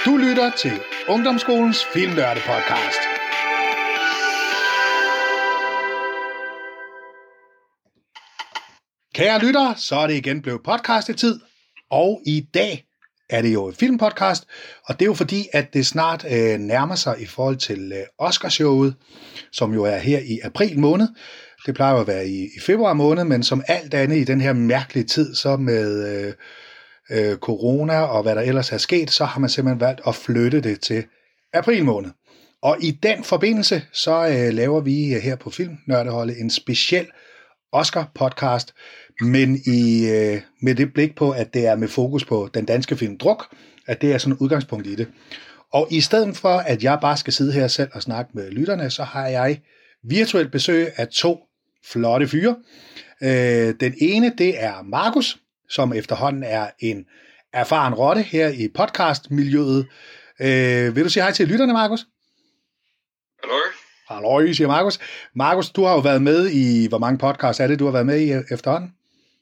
Du lytter til Ungdomsskolens Filmnørde Podcast. Kære lyttere, så er det igen blevet podcastetid, og i dag er det jo et filmpodcast, og det er jo fordi, at det snart nærmer sig i forhold til Oscarshowet, som jo er her i april måned. Det plejer jo at være i februar måned, men som alt andet i den her mærkelige tid, så med corona og hvad der ellers er sket, så har man simpelthen valgt at flytte det til april måned. Og i den forbindelse, så laver vi her på Filmnørdeholdet en speciel Oscar-podcast, men med det blik på, at det er med fokus på den danske film Druk, at det er sådan et udgangspunkt i det. Og i stedet for, at jeg bare skal sidde her selv og snakke med lytterne, så har jeg virtuelt besøg af to flotte fyre. Den ene, det er Markus, som efterhånden er en erfaren rotte her i podcastmiljøet. Vil du sige hej til lytterne, Markus? Hallo. Hallo, siger Markus. Markus, du har jo været med i, hvor mange podcasts er det, du har været med i efterhånden?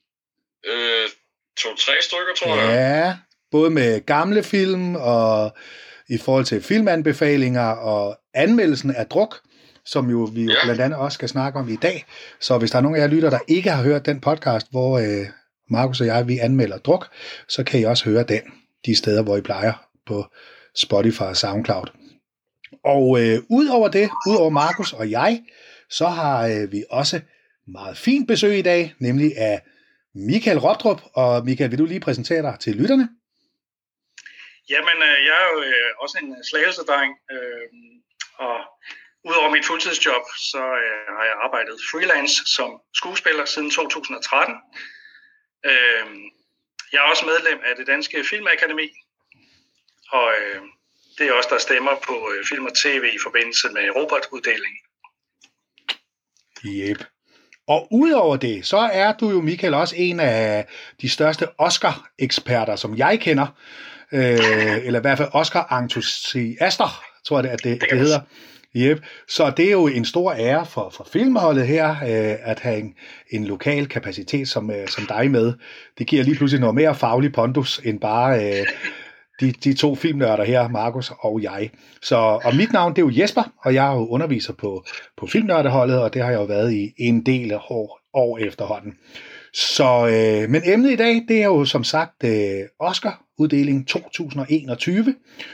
2-3 stykker, tror jeg. Ja, både med gamle film og i forhold til filmanbefalinger og anmeldelsen af Druk, som jo vi blandt andet også skal snakke om i dag. Så hvis der er nogen af jer lytter, der ikke har hørt den podcast, hvor Markus og jeg, vi anmelder Druk, så kan I også høre den, de steder, hvor I plejer på Spotify og SoundCloud. Og udover Markus og jeg, så har vi også meget fint besøg i dag, nemlig af Michael Robdrup. Og Michael, vil du lige præsentere dig til lytterne? Jamen, jeg er jo også en slagelsedreng, og udover mit fuldtidsjob, så har jeg arbejdet freelance som skuespiller siden 2013. Jeg er også medlem af det Danske Filmakademi, og det er også der stemmer på film og tv i forbindelse med Robert-uddelingen. Yep. Og udover det, så er du jo, Michael, også en af de største Oscar-eksperter, som jeg kender. Eller i hvert fald Oscar-entusiaster, tror jeg, det hedder. Yep. Så det er jo en stor ære for filmholdet her, at have en lokal kapacitet som dig med. Det giver lige pludselig noget mere faglig pondus, end bare de to filmnørder her, Markus og jeg. Og mit navn, det er jo Jesper, og jeg er jo underviser på Filmnørdeholdet, og det har jeg jo været i en del af år efterhånden. Men emnet i dag, det er jo som sagt Oscar-uddeling 2021,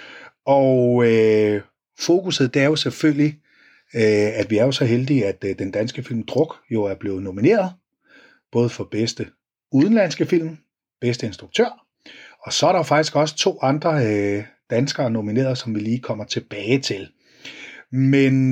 og fokuset, det er jo selvfølgelig, at vi er jo så heldige, at den danske film Druk jo er blevet nomineret, både for bedste udenlandske film, bedste instruktør, og så er der faktisk også 2 andre danskere nomineret, som vi lige kommer tilbage til. Men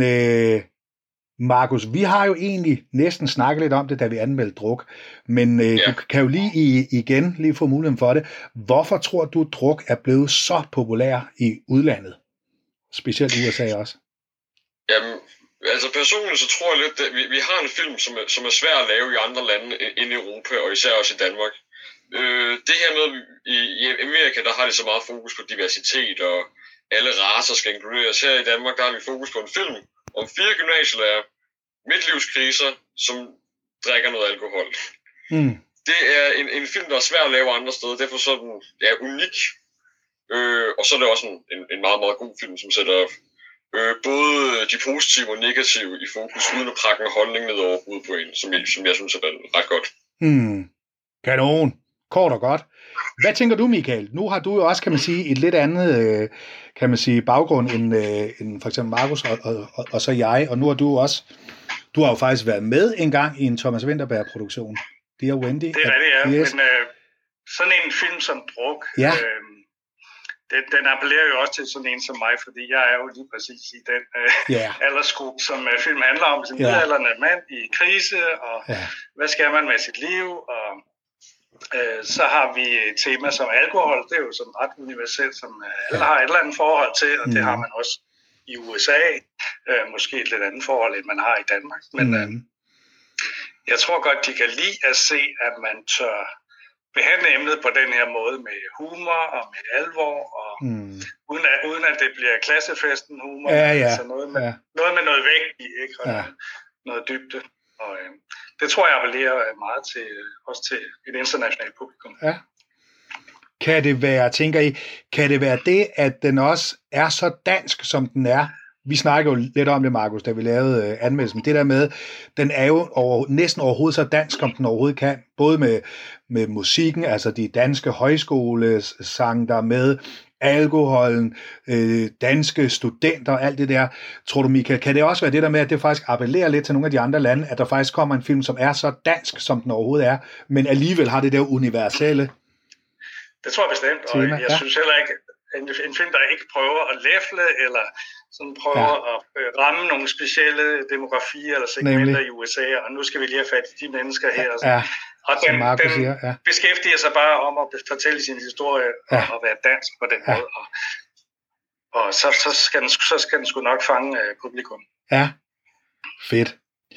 Markus, vi har jo egentlig næsten snakket lidt om det, da vi anmeldte Druk, men du kan jo lige få muligheden for det. Hvorfor tror du, Druk er blevet så populær i udlandet? Specielt i USA også. Jamen, altså personligt så tror jeg lidt, at vi har en film, som er svær at lave i andre lande end i Europa, og især også i Danmark. Det her med, i Amerika, der har de så meget fokus på diversitet, og alle racer skal inkluderes. Her i Danmark, der har vi fokus på en film om 4 gymnasielærer, midtlivskriser, som drikker noget alkohol. Mm. Det er en film, der er svær at lave andre steder, derfor så den er unik. Og så er det også en meget, meget god film, som sætter både de positive og negative i fokus, uden at prakke en holdning ned over hovedet på en, som jeg synes er ret godt. Kanon. Kort og godt. Hvad tænker du, Michael? Nu har du jo også, kan man sige, et lidt andet baggrund end for eksempel Markus og så jeg, og nu har du har jo faktisk været med en gang i en Thomas Vinterberg-produktion. Dear Wendy. Det er rigtigt, ja. Yes. Men sådan en film som Druk, den appellerer jo også til sådan en som mig, fordi jeg er jo lige præcis i den aldersgruppe, som film handler om, som midaldrende mand i krise, og hvad skal man med sit liv, og så har vi et tema som alkohol. Det er jo sådan ret universelt, som alle har et eller andet forhold til, og det har man også i USA. Måske et lidt andet forhold, end man har i Danmark. Men jeg tror godt, de kan lide at se, at man tør behandle emnet på den her måde med humor og med alvor, og uden at det bliver klassefesten humor. Altså noget med noget vægt i, ikke? Og noget dybde. Og det tror jeg appellerer meget til, også til et internationalt publikum. Ja. kan det være det, at den også er så dansk, som den er? Vi snakker jo lidt om det, Markus, da vi lavede anmeldelsen. Det der med, den er jo næsten overhovedet så dansk, som den overhovedet kan. Både med musikken, altså de danske højskolesang, der med alkoholen, danske studenter og alt det der. Tror du, Michael, kan det også være det der med, at det faktisk appellerer lidt til nogle af de andre lande, at der faktisk kommer en film, som er så dansk, som den overhovedet er, men alligevel har det der universelle? Det tror jeg bestemt, og jeg synes heller ikke, en film, der ikke prøver at læfle, eller sådan prøver at ramme nogle specielle demografier eller segmenter i USA, og nu skal vi lige have fat i de mennesker her. Og den beskæftiger sig bare om at fortælle sin historie og være dansk på den måde. Og så skal den sgu nok fange publikum. Ja, fedt.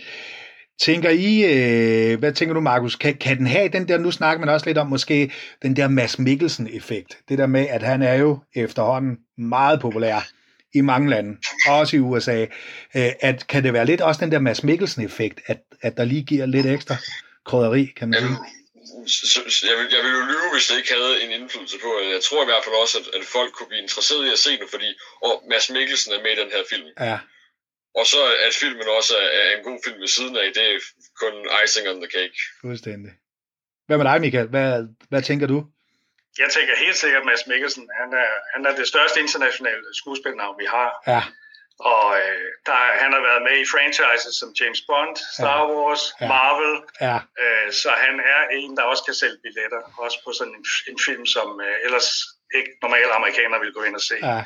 Hvad tænker du, Markus? Kan den have den der, nu snakker man også lidt om måske den der Mads Mikkelsen-effekt. Det der med, at han er jo efterhånden meget populær i mange lande, også i USA. Kan det være lidt også den der Mads Mikkelsen-effekt, at der lige giver lidt ekstra krydderi, kan man sige? Jeg vil jo lyve, hvis det ikke havde en indflydelse på. Jeg tror i hvert fald også, at folk kunne blive interesseret i at se den, fordi Mads Mikkelsen er med i den her film. Ja. Og så at filmen også er en god film ved siden af, det er kun icing on the cake. Fuldstændig. Hvad med dig, Michael? Hvad tænker du? Jeg tænker helt sikkert, at Mads Mikkelsen, han er det største internationale skuespilnavn, vi har. Ja. Og han har været med i franchises som James Bond, Star Wars, Marvel. Ja. Så han er en, der også kan sælge billetter. Også på sådan en film, som ellers ikke normale amerikanere vil gå ind og se. Ja.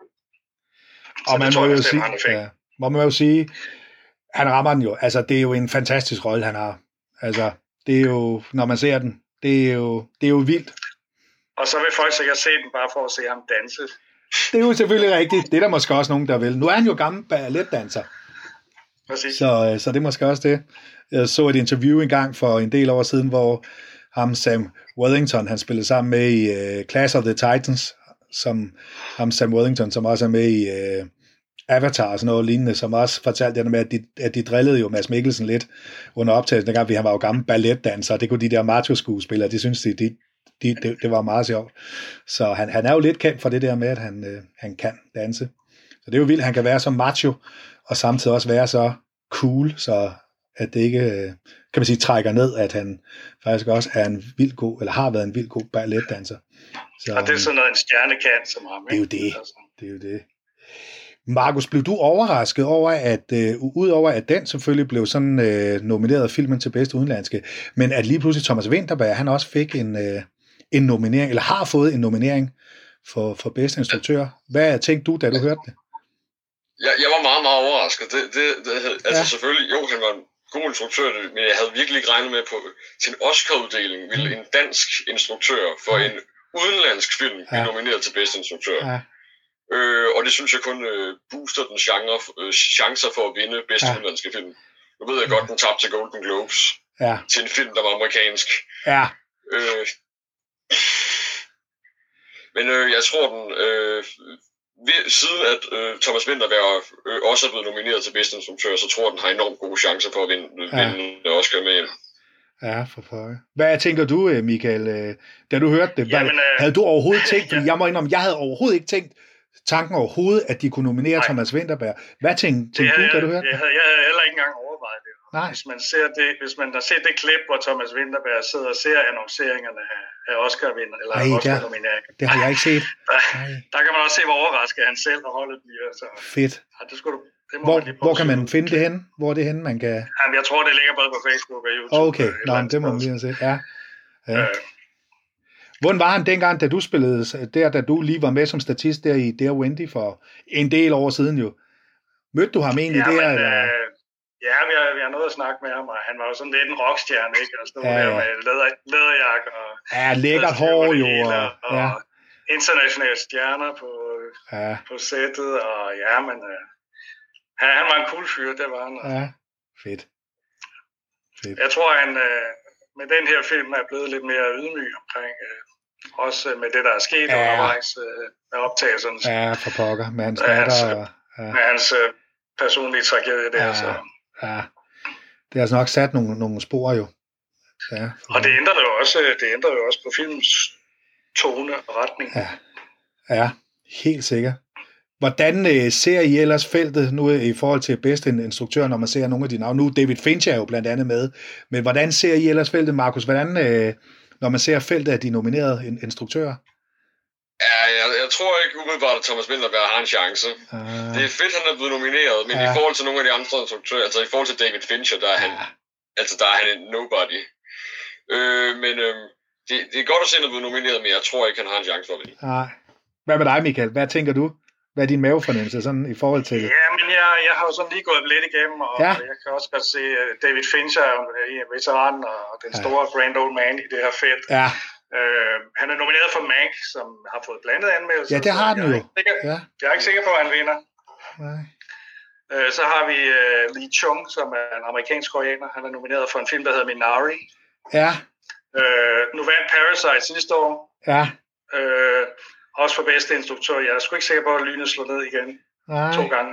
Og man må jo sige, han rammer den jo. Altså, det er jo en fantastisk rolle, han har. Altså, det er jo, når man ser den, det er jo vildt. Og så vil folk sikkert se den bare for at se ham danse. Det er jo selvfølgelig rigtigt. Det er der måske også nogen, der vil. Nu er han jo gammel balletdanser. Præcis. Så det er måske også det. Jeg så et interview engang for en del år siden, hvor Sam Worthington, han spillede sammen med i Clash of the Titans, Sam Worthington, som også er med i Avatar og sådan noget lignende, som også fortalte det med, at de drillede jo Mads Mikkelsen lidt under optagelsen, dengang, fordi han var jo gammel balletdanser, og det kunne de der macho-skuespillere, de synes, det var meget sjovt. Så han er jo lidt kendt for det der med, at han kan danse. Så det er jo vildt, han kan være så macho, og samtidig også være så cool, så at det ikke, kan man sige, trækker ned, at han faktisk også er en vildt god, eller har været en vildt god balletdanser. Så, og det er sådan noget, en stjernekant som ham. Det er jo det. Det er jo det. Markus, blev du overrasket over, at udover at den selvfølgelig blev sådan nomineret filmen til bedste udenlandske, men at lige pludselig Thomas Vinterberg, han også fik en nominering, eller har fået en nominering for bedste instruktør. Hvad tænkte du, da du hørte det? Jeg var meget, meget overrasket. Altså selvfølgelig, jo, han var en god instruktør, men jeg havde virkelig ikke regnet med på til en Oscar-uddeling ville en dansk instruktør for en udenlandsk film blive nomineret til bedste instruktør. Ja. Og det synes jeg kun booster den chancer for at vinde bedste udenlandske film. Nu ved jeg godt, den tabte til Golden Globes til en film, der var amerikansk. Ja. Men jeg tror, den siden at Thomas Vinterberg også er blevet nomineret til bedste instruktør, så tror jeg, den har enormt gode chancer for at vinde Oscar med hjem. Ja, for pokker. Hvad tænker du, Michael, da du hørte det? Havde du overhovedet tænkt, fordi jeg må indrømme, jeg havde overhovedet ikke tænkt tanken overhovedet, at de kunne nominere Thomas Vinterberg. Hvad tænkte du, da du hørte det? Jeg havde heller ikke engang overvejet det. Nej. Hvis man har set det klip, hvor Thomas Vinterberg sidder og ser annonceringerne af Oscar-vinder, eller Oscar-nomineringer. Det har jeg ikke set. Der kan man også se, hvor overrasket han selv og holdet bliver. Så. Fedt. Ja, det skulle du, hvor kan man finde det henne? Hvor er det henne, man kan... Jamen, jeg tror, det ligger både på Facebook og YouTube. Okay, det må man lige se. Ja. Hvordan var han dengang, da du spillede, da du lige var med som statist der i Dear Wendy for en del år siden jo? Mødte du ham egentlig der? Ja, vi har noget at snakke med ham, og han var jo sådan lidt en rockstjerne, ikke? Og stod der med læderjakke og... Ja, lækkert hår jo. Og internationale stjerner på sættet, og men... han var en cool fyr, det var han. Ja, fedt. Jeg tror, han med den her film er blevet lidt mere ydmyg omkring... også med det, der er sket undervejs med optagelserne. Ja, for pokker. Med hans datter. Med hans personlige tragedie der. Så. Ja, det har altså nok sat nogle spor jo. Ja, og det ændrer jo også på filmens tone og retning. Ja, helt sikkert. Hvordan ser I ellers feltet nu i forhold til bedste instruktør, når man ser nogle af de navne? Nu David Fincher er jo blandt andet med, men hvordan ser I ellers feltet, Markus? Hvordan, når man ser feltet af de nominerede instruktører? Ja, jeg tror ikke umiddelbart, at Thomas Vinterberg har en chance. Det er fedt, han er blevet nomineret, men i forhold til nogle af de andre instruktører, altså i forhold til David Fincher, der er han en nobody. Men det er godt at se, at han er blevet nomineret, men jeg tror ikke, han har en chance for at vinde. Nej. Hvad med dig, Michael? Hvad tænker du? Hvad er din mavefornemmelse sådan i forhold til det? Ja, men jeg har jo sådan lige gået lidt igennem, og jeg kan også godt se, David Fincher er en veteran og den store grand old man i det her felt. Ja. Han er nomineret for Mank, som har fået blandet anmeldelser. Ja, det har den jo. Jeg er ikke sikker på, at han vinder. Nej. Så har vi Lee Chung, som er en amerikansk koreaner. Han er nomineret for en film, der hedder Minari. Ja. Nu vandt Parasite sidste år. Ja. Også for bedste instruktør. Jeg er sgu ikke sikker på, at lynet slår ned igen. 2 gange.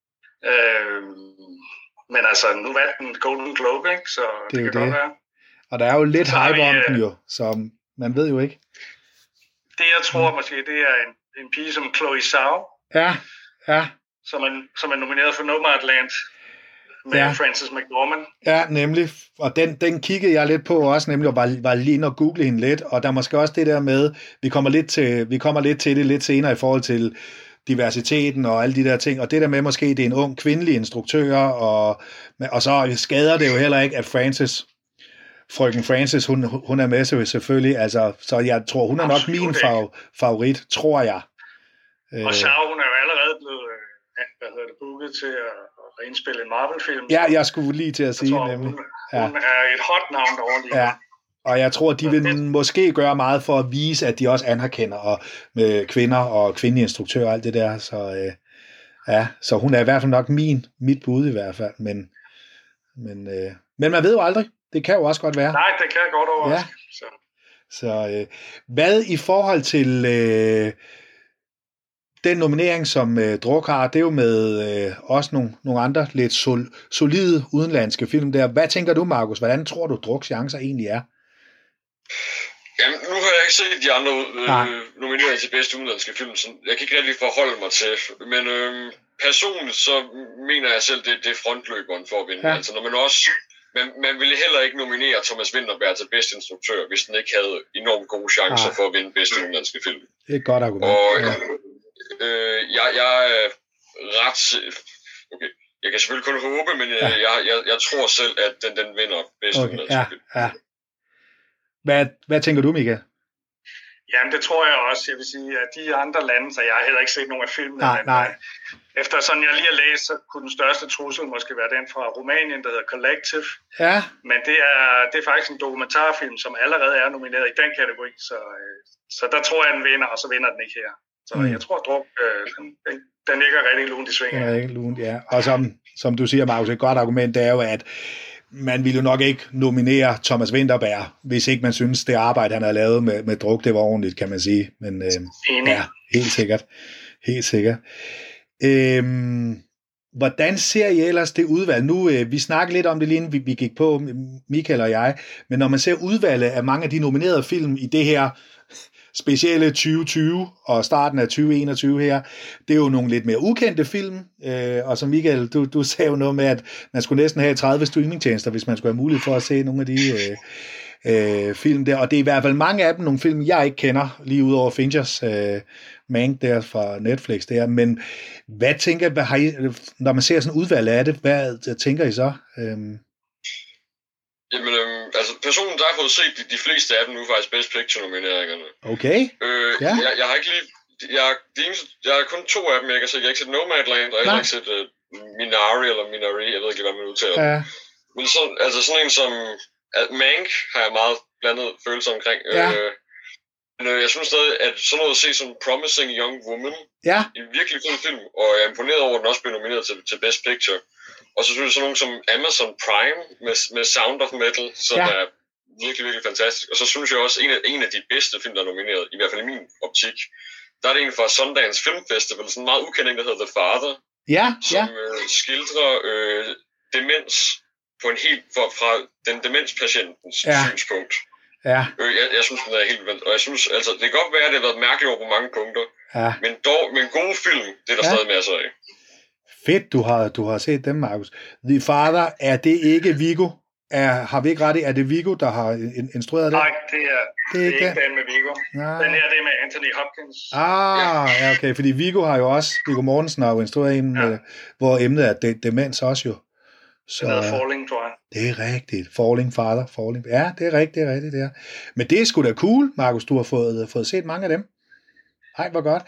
Men altså, nu vandt den Golden Globe, ikke? Så det kan godt være. Og der er jo lidt hype om den jo, så man ved jo ikke. Det jeg tror måske, det er en pige som Chloe Zhao. Ja. Som er nomineret for Nomadland med Frances McDormand. Ja, nemlig. Og den kiggede jeg lidt på også, nemlig, og var lige inde og google hende lidt. Og der er måske også det der med, vi kommer lidt til det lidt senere i forhold til diversiteten og alle de der ting. Og det der med, måske det er en ung kvindelig instruktør, og så skader det jo heller ikke, at frøken Francis, hun er med selvfølgelig. Altså, så jeg tror, hun er nok min favorit, tror jeg. Og Zhao, hun er jo allerede blevet booket til at indspille en Marvel-film. Ja, jeg skulle lige til at sige, nemlig. Hun er et hot navn derovre. Ja, og jeg tror, de vil måske gøre meget for at vise, at de også anerkender med kvinder og kvindelige instruktører og alt det der. Så hun er i hvert fald nok mit bud i hvert fald. Men man ved jo aldrig. Det kan jo også godt være. Nej, det kan godt overraske. Ja. Så hvad i forhold til den nominering, som Druk har, det er jo med også nogle andre lidt solide udenlandske film der. Hvad tænker du, Markus? Hvordan tror du, Druks chancer egentlig er? Jamen, nu har jeg ikke set de andre nomineringer til bedste udenlandske film, så jeg kan ikke rigtig forholde mig til. Men personligt, så mener jeg selv, det er frontløberen for at vinde. Ja. Altså, når man også... Man ville heller ikke nominere Thomas Vinterberg til bedste instruktør, hvis den ikke havde enormt gode chancer for at vinde bedste udenlandske film. Det er et godt argument. Og jeg er ret... Okay, jeg kan selvfølgelig kun håbe, men jeg tror selv, at den vinder bedste udenlandske film. Ja. Hvad tænker du, Mika? Jamen, det tror jeg også. Jeg vil sige, at de andre lande, så jeg har heller ikke set nogen af filmene. Nej. Efter sådan jeg lige har læst, så kunne den største trussel måske være den fra Rumænien, der hedder Collective. Ja. Men det er faktisk en dokumentarfilm, som allerede er nomineret i den kategori. Så der tror jeg, den vinder, og så vinder den ikke her. Så jeg tror, at Druk, den ligger rigtig lunt i svingen. Ja. Og som du siger, Markus, et godt argument, det er jo, at man ville jo nok ikke nominere Thomas Vinterberg, hvis ikke man synes, det arbejde, han har lavet med Druk, det var ordentligt, kan man sige. Men helt sikkert. Hvordan ser I ellers det udvalg? Nu, vi snakkede lidt om det lige inden vi gik på, Michael og jeg, men når man ser udvalget af mange af de nominerede film i det her specielle 2020 og starten af 2021 her, det er jo nogle lidt mere ukendte film, og som Michael, du sagde jo noget med, at man skulle næsten have 30 streamingtjenester, hvis man skulle have mulighed for at se nogle af de film der, og det er i hvert fald mange af dem, nogle film, jeg ikke kender, lige ud over Finchers Mank der fra Netflix der, men hvad tænker I, når man ser sådan udvalg af det, hvad tænker I så? Jamen, altså personligt, der har jeg fået set de fleste af dem nu faktisk Best Picture-nomineringerne. Okay. Jeg har ikke lige... Jeg har kun 2 af dem, jeg kan se. Jeg har ikke set Nomadland, og jeg har ikke set Minari, jeg ved ikke, hvad man udtaler. Ja. Men sådan en som Mank har jeg meget blandet følelser omkring. Ja. Men jeg synes stadig, at sådan noget at se som Promising Young Woman, en virkelig fed film, og jeg er imponeret over, at den også blev nomineret til Best Picture. Og så synes jeg sådan nogle som Amazon Prime med Sound of Metal, som er virkelig, virkelig fantastisk. Og så synes jeg også, en af de bedste film, der er nomineret, i hvert fald i min optik, der er det en fra Sundance Film Festival, sådan en meget ukendt en, der hedder The Father, som skildrer demens på en helt fra den demenspatientens synspunkt. Ja. Jeg synes, den er helt vildt. Og jeg synes, altså, det kan godt være, at det har været mærkeligt over på mange punkter. Ja. Men gode film, det er der stadig masser af. Fedt, du har set dem, Markus. The Father, er det ikke Viggo? Har vi ikke ret i, er det Viggo, der har instrueret det? Nej, det er ikke den med Viggo. Den her, det er med Anthony Hopkins. Ja, okay, fordi Viggo har jo også, Viggo Mortensen har jo instrueret en, hvor emnet er demens også jo. Så, det hedder Falling, tror jeg. Det er rigtigt. Falling, Father, Falling. Ja, det er rigtigt, det er. Men det er sgu da cool, Markus, du har fået set mange af dem. Ej, hvor godt.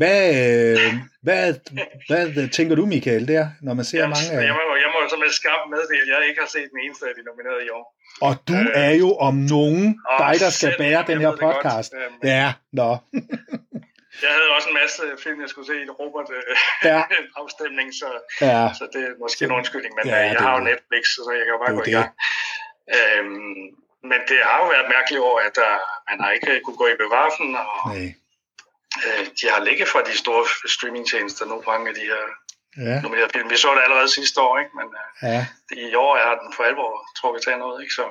Hvad tænker du, Michael, der, når man ser mange af... Jeg må jo så med skarpt meddele, at jeg ikke har set den eneste af de nominerede i år. Og du er jo om nogen dig, der skal bære den her podcast. Ja, nå. Jeg havde også en masse film, jeg skulle se i Robert afstemning, så det er måske en undskyldning, men jeg har jo Netflix, så jeg kan jo bare gå i gang. Men det har jo været mærkeligt over, at man har ikke kunne gå i biografen, og de har ligget fra de store streamingtjenester nogle mange af de her nominerede film. Vi så det allerede sidste år, ikke? Men i år har den for alvor trukket til noget, ikke? Så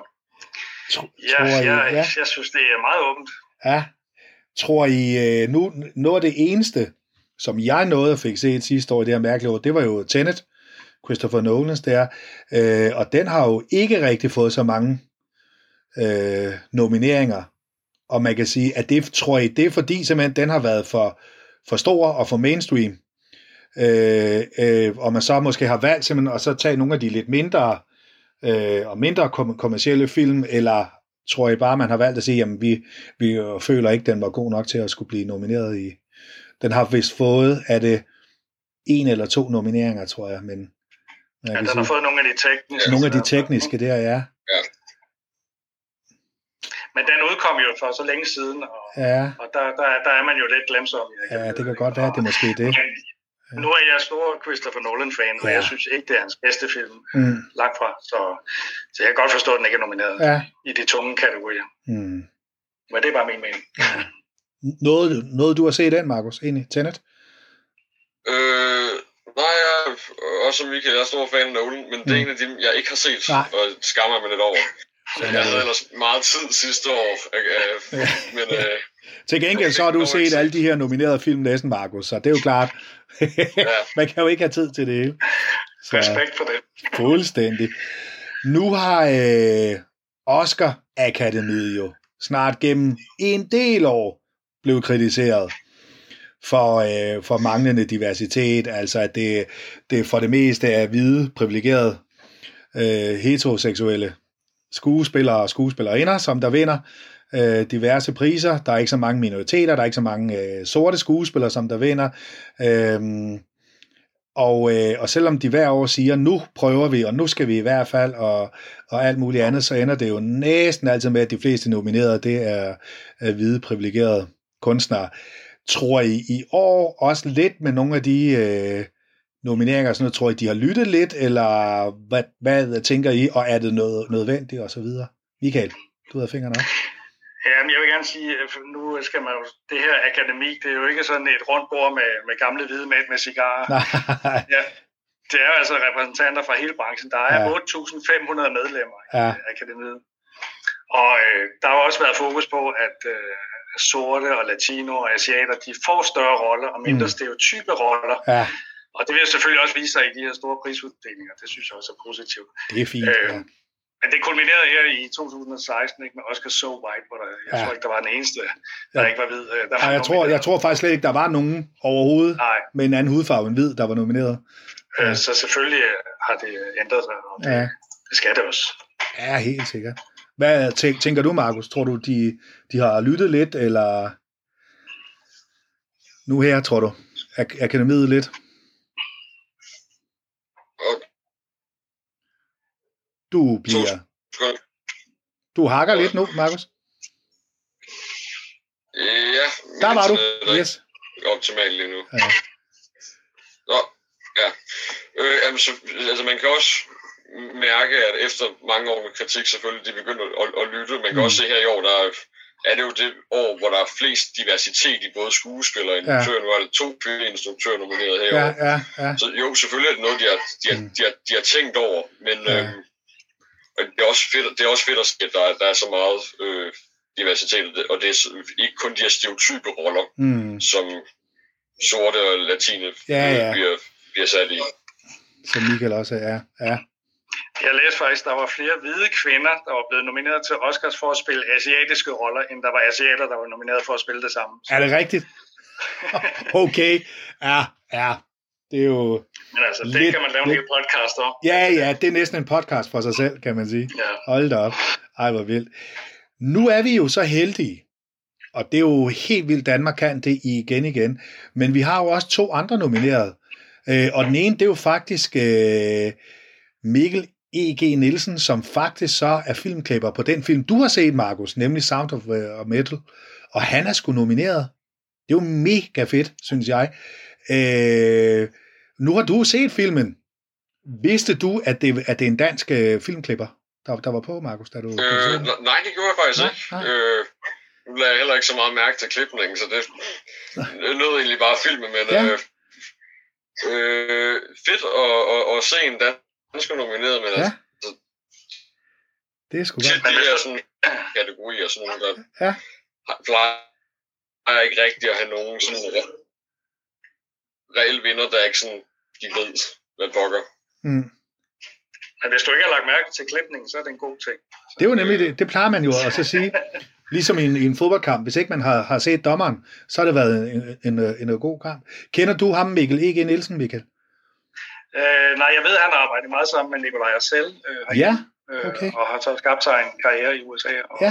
jeg synes, det er meget åbent. Ja. Tror I, nu noget af det eneste, som jeg nåede at fik set sidste år, det her mærkelige år, det var jo Tenet, Christopher Nolans der, og den har jo ikke rigtig fået så mange nomineringer, og man kan sige, at det tror jeg, det er fordi simpelthen den har været for stor og for mainstream, og man så måske har valgt simpelthen at så tage nogle af de lidt mindre og mindre kommercielle film, eller tror jeg bare, man har valgt at sige, jamen vi føler ikke, den var god nok til at skulle blive nomineret i. Den har vist fået, er det 1 eller 2 nomineringer, tror jeg, men... den har fået nogle af de tekniske. Nogle af de tekniske der, ja. Men den udkom jo for så længe siden, og der er man jo lidt glemsom. Ja, det kan godt være, det er måske det. Nu er jeg stor Christopher Nolan-fan, og jeg synes ikke, det er hans bedste film. Langt fra. Så jeg kan godt forstå, at den ikke er nomineret i de tunge kategorier. Men det er bare min mening. Noget du har set den, Markus, egentlig? Tenet? Nej, jeg er også som Michael, jeg er stor fan af Nolan, men det er en af dem, jeg ikke har set, og skammer mig lidt over. Jeg havde ellers meget tid sidste år, men... Til gengæld så har du set alle de her nominerede film næsten, Markus, så det er jo klart. Man kan jo ikke have tid til det hele. Så, respekt for det. Fuldstændig. Nu har Oscar-akademiet jo snart gennem en del år blevet kritiseret for manglende diversitet, altså at det for det meste er hvide, privilegerede, heteroseksuelle skuespillere og skuespillerinder, som der vinder diverse priser. Der er ikke så mange minoriteter, der er ikke så mange sorte skuespillere, som der vinder. Og selvom de hver år siger, nu prøver vi, og nu skal vi i hvert fald, og alt muligt andet, så ender det jo næsten altid med, at de fleste nominerede, det er hvide, privilegerede kunstnere. Tror I år også lidt med nogle af de nomineringer, sådan noget, tror I, de har lyttet lidt, eller hvad tænker I, og er det noget nødvendigt, og så videre? Michael, du havde fingrene op. Ja, men jeg vil gerne sige, nu skal man jo, det her akademi, det er jo ikke sådan et rundt bord med gamle hvide mænd med cigarer. Ja, det er jo altså repræsentanter fra hele branchen. Der er 8.500 medlemmer i akademiet. Og der har også været fokus på, at sorte og latino og asiater, de får større roller og mindre stereotype roller. Ja. Og det vil selvfølgelig også vise sig i de her store prisuddelinger. Det synes jeg også er positivt. Det er fint, Men det kulminerede her i 2016, ikke, med Oscar So White, hvor jeg tror ikke, der var den eneste, der ikke var hvid. Jeg tror faktisk slet ikke, der var nogen overhovedet med en anden hudfarve end hvid, der var nomineret. Så selvfølgelig har det ændret sig, og det skal det også. Ja, helt sikkert. Hvad tænker du, Markus? Tror du, de har lyttet lidt, eller nu her, tror du, akademiet lidt? Du hakker lidt nu, Markus. Ja. Der var du. Yes. Optimalt lige nu. Ja. Altså man kan også mærke, at efter mange år med kritik, selvfølgelig, de begynder at lytte. Man kan også se her i år, der er det jo det år, hvor der er flest diversitet i både skuespillere og instruktører. Nu er det 2 instruktører nomineret her i år. Ja. Så jo, selvfølgelig er det noget, de har tænkt over, men det er også fedt at se, at der er så meget diversitet, og det er ikke kun de her stereotype roller, som sorte og latine bliver sat i. Som Michael også er. Ja. Jeg læste faktisk, der var flere hvide kvinder, der var blevet nomineret til Oscars for at spille asiatiske roller, end der var asiater, der var nomineret for at spille det samme. Er det rigtigt? Okay. Ja. Det er jo... Men altså, det kan man lave en hel podcast om. Ja, det er næsten en podcast for sig selv, kan man sige. Ja. Hold da op. Ej, hvor vildt. Nu er vi jo så heldige, og det er jo helt vildt, Danmark kan det igen. Men vi har jo også 2 andre nomineret. Og den ene, det er jo faktisk Mikkel E.G. Nielsen, som faktisk så er filmklipper på den film, du har set, Markus, nemlig Sound of Metal. Og han er sgu nomineret. Det er jo mega fedt, synes jeg. Nu har du set filmen. Vidste du, at det er en dansk filmklipper, der var på, Markus? Da du nej, det gjorde jeg faktisk ikke. Nu lader jeg heller ikke så meget mærke til klipningen, så det nød egentlig bare filmen, men fedt at se en dansk nomineret, men altså, det er sgu godt. Det er sådan kategorier, sådan nogle, der plejer ikke rigtigt at have nogen sådan reelle vinder, der ikke sådan, de ved, hvad pokker. Men hvis du ikke har lagt mærke til klipningen, så er det en god ting. Det er jo nemlig det. Det plejer man jo også at sige. Ligesom i en fodboldkamp. Hvis ikke man har set dommeren, så har det været en god kamp. Kender du ham, Mikkel E.G. Nielsen, Michael? Nej, jeg ved, at han har arbejdet meget sammen med Nikolaj Arcel. Okay. Og har så skabt sig en karriere i USA. Og,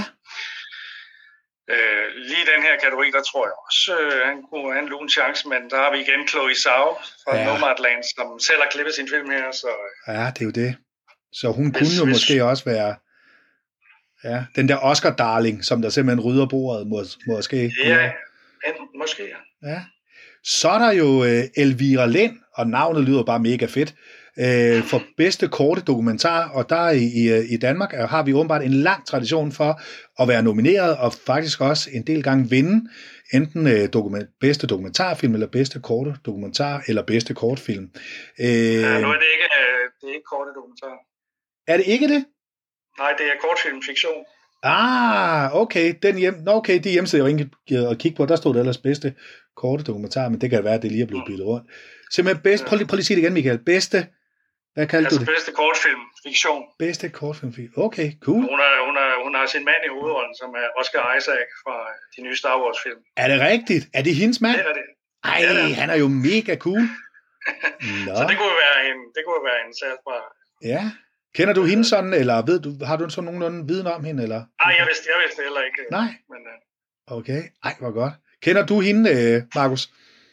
lige den her kategori, der tror jeg også, han lå en chance, men der har vi igen Chloe Zhao fra Nomadland, som selv har klippet sin film her. Så, ja, det er jo det. Så hun kunne jo måske også være den der Oscar-darling, som der simpelthen rydder bordet, måske. Ja, måske, ja. Så er der jo Elvira Lind, og navnet lyder bare mega fedt, for bedste korte dokumentar, og der i Danmark har vi åbenbart en lang tradition for at være nomineret, og faktisk også en del gange vinde, enten bedste dokumentarfilm, eller bedste korte dokumentar, eller bedste kortfilm. Nu er det ikke korte dokumentar. Er det ikke det? Nej, det er kortfilm fiktion. Okay. De hjemmesider, jeg ringede og kigge på, der stod det ellers bedste korte dokumentar, men det kan være, at det lige er blevet byttet rundt. Simpelthen bedst, prøv lige at sige det igen, Michael. Bedste, hvad kaldte du det? Bedste kortfilm fiktion. Bedste kortfilm fiktion. Okay, cool. Hun har sin mand i hovedrollen, som er Oscar Isaac fra de nye Star Wars film. Er det rigtigt? Er det hendes mand? Det er det. Ej, han er jo mega cool. Så det kunne være en salgbar. Ja. Kender du hende sådan, eller har du sådan nogenlunde viden om hende? Eller? Nej, jeg vidste heller ikke. Nej? Men, okay, ej, hvor godt. Kender du hende, Markus?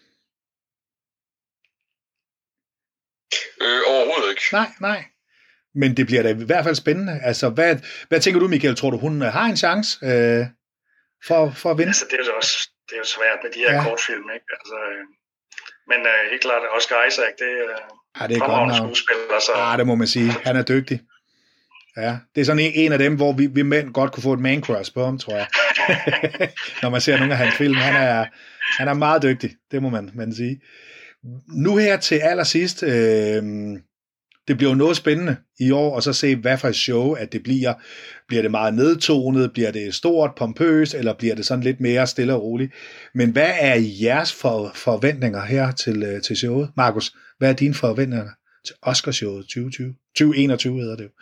Overhovedet ikke. Nej. Men det bliver da i hvert fald spændende. Altså, hvad tænker du, Michael? Tror du, hun har en chance for at vinde? Altså, det er jo svært med de her kortfilm, ikke? Altså, men helt klart, Oscar Isaac, det er godt skuespiller. Så... det må man sige. Han er dygtig. Ja, det er sådan en af dem, hvor vi mænd godt kunne få et man-crush på ham, tror jeg. Når man ser nogle af hans film. Han er meget dygtig, det må man sige. Nu her til allersidst, det bliver jo noget spændende i år, og så se, hvad for et show, at det bliver. Bliver det meget nedtonet? Bliver det stort, pompøst, eller bliver det sådan lidt mere stille og roligt? Men hvad er jeres forventninger her til showet? Markus, hvad er dine forventninger til Oscarshowet 2021 hedder det jo?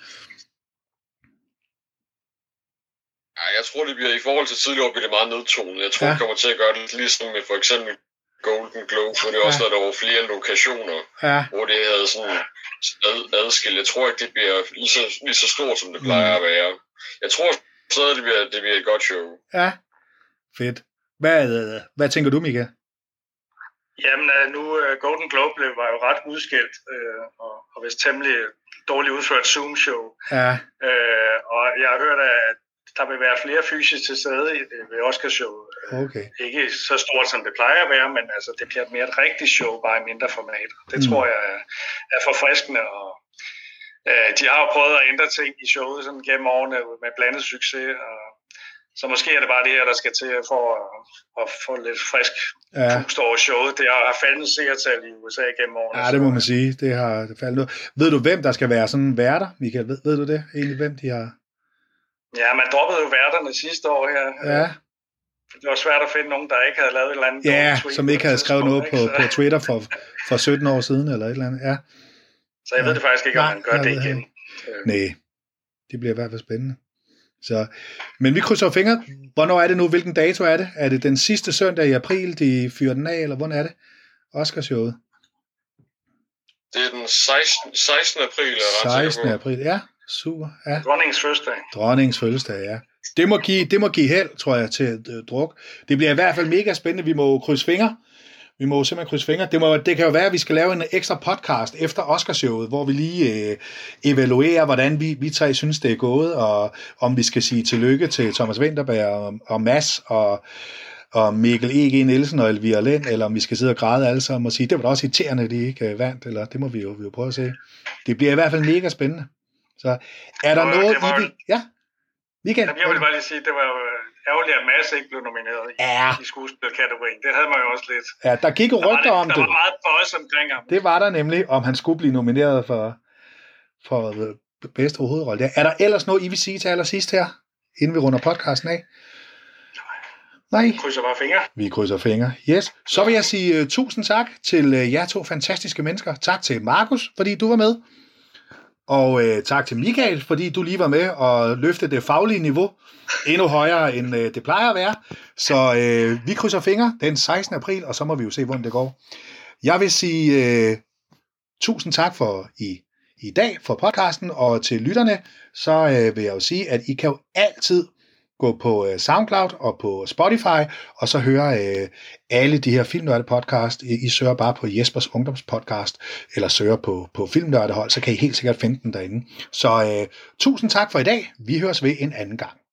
Ja, jeg tror, det bliver i forhold til tidligere bliver det meget nedtonet. Jeg tror, det kommer til at gøre det ligesom med for eksempel Golden Globe, hvor det også der var flere lokationer, hvor det havde sådan adskilt. Jeg tror ikke, det bliver lige så stort, som det plejer at være. Jeg tror stadig, det bliver et godt show. Ja, fedt. Hvad tænker du, Mika? Jamen, nu Golden Globe var jo ret udskilt, og vist temmelig dårligt udført Zoom-show. Ja. Og jeg har hørt, at der vil være flere fysisk til stede ved Oscarshowet. Okay. Ikke så stort, som det plejer at være, men altså, det bliver mere et rigtigt show, bare i mindre format. Det tror jeg er forfriskende, og de har jo prøvet at ændre ting i showet sådan gennem årene med blandet succes, og så måske er det bare det her, der skal til for at få lidt frisk pust over showet. Det har faldet seertal i USA gennem årene. Ja, det må man sige. Det har faldet noget. Ved du, hvem der skal være sådan værter, Michael? Ved du det egentlig, hvem de har? Ja, man droppede jo værterne sidste år her. Ja. Det var svært at finde nogen, der ikke havde lavet et eller andet. Ja, som ikke havde skrevet noget på Twitter for 17 år siden, eller et eller andet. Ja. Så jeg ved det faktisk ikke, om man gør det igen. Nej, det bliver i hvert fald spændende. Så, men vi krydser fingre. Hvornår er det nu? Hvilken dato er det? Er det den sidste søndag i april, de fyrer den af, eller hvordan er det? Oscarshowet. Det er den 16. april. 16. april, ja. Super, ja. Dronningens fødselsdag. Dronningens fødselsdag, ja. Det må give held, tror jeg, til druk. Det bliver i hvert fald mega spændende. Vi må krydse fingre. Vi må simpelthen krydse fingre. Det kan jo være, at vi skal lave en ekstra podcast efter Oscarshowet, hvor vi lige evaluerer, hvordan vi tre synes, det er gået, og om vi skal sige tillykke til Thomas Vinterberg og Mads og Mikkel E.G. Nielsen og Elvira Lind, eller om vi skal sidde og græde alle sammen og sige, det var da også irriterende, at de ikke vandt, eller det må vi jo prøve at se. Det bliver i hvert fald mega spændende. Så er der noget i det? Ja? Michael? Jeg vil bare lige sige, det var jo ærgerligt, at Mads ikke blev nomineret i skuespilkategorien. Det havde man jo også lidt. Ja, der gik rygter om det. Der var meget bøjs omkring ham. Det var der nemlig, om han skulle blive nomineret for bedste hovedrolle. Er der ellers noget, I vil sige til allersidst her, inden vi runder podcasten af? Nej. Vi krydser bare fingre. Vi krydser fingre, yes. Så vil jeg sige tusind tak til jer to fantastiske mennesker. Tak til Markus, fordi du var med. Og tak til Michael, fordi du lige var med og løftede det faglige niveau endnu højere, end det plejer at være. Så vi krydser fingre den 16. april, og så må vi jo se, hvordan det går. Jeg vil sige tusind tak for i dag for podcasten, og til lytterne, så vil jeg jo sige, at I kan jo altid gå på SoundCloud og på Spotify, og så høre alle de her Filmnørde-podcast. I søger bare på Jespers Ungdomspodcast, eller søger på Filmnørdehold, så kan I helt sikkert finde den derinde. Så tusind tak for i dag. Vi høres ved en anden gang.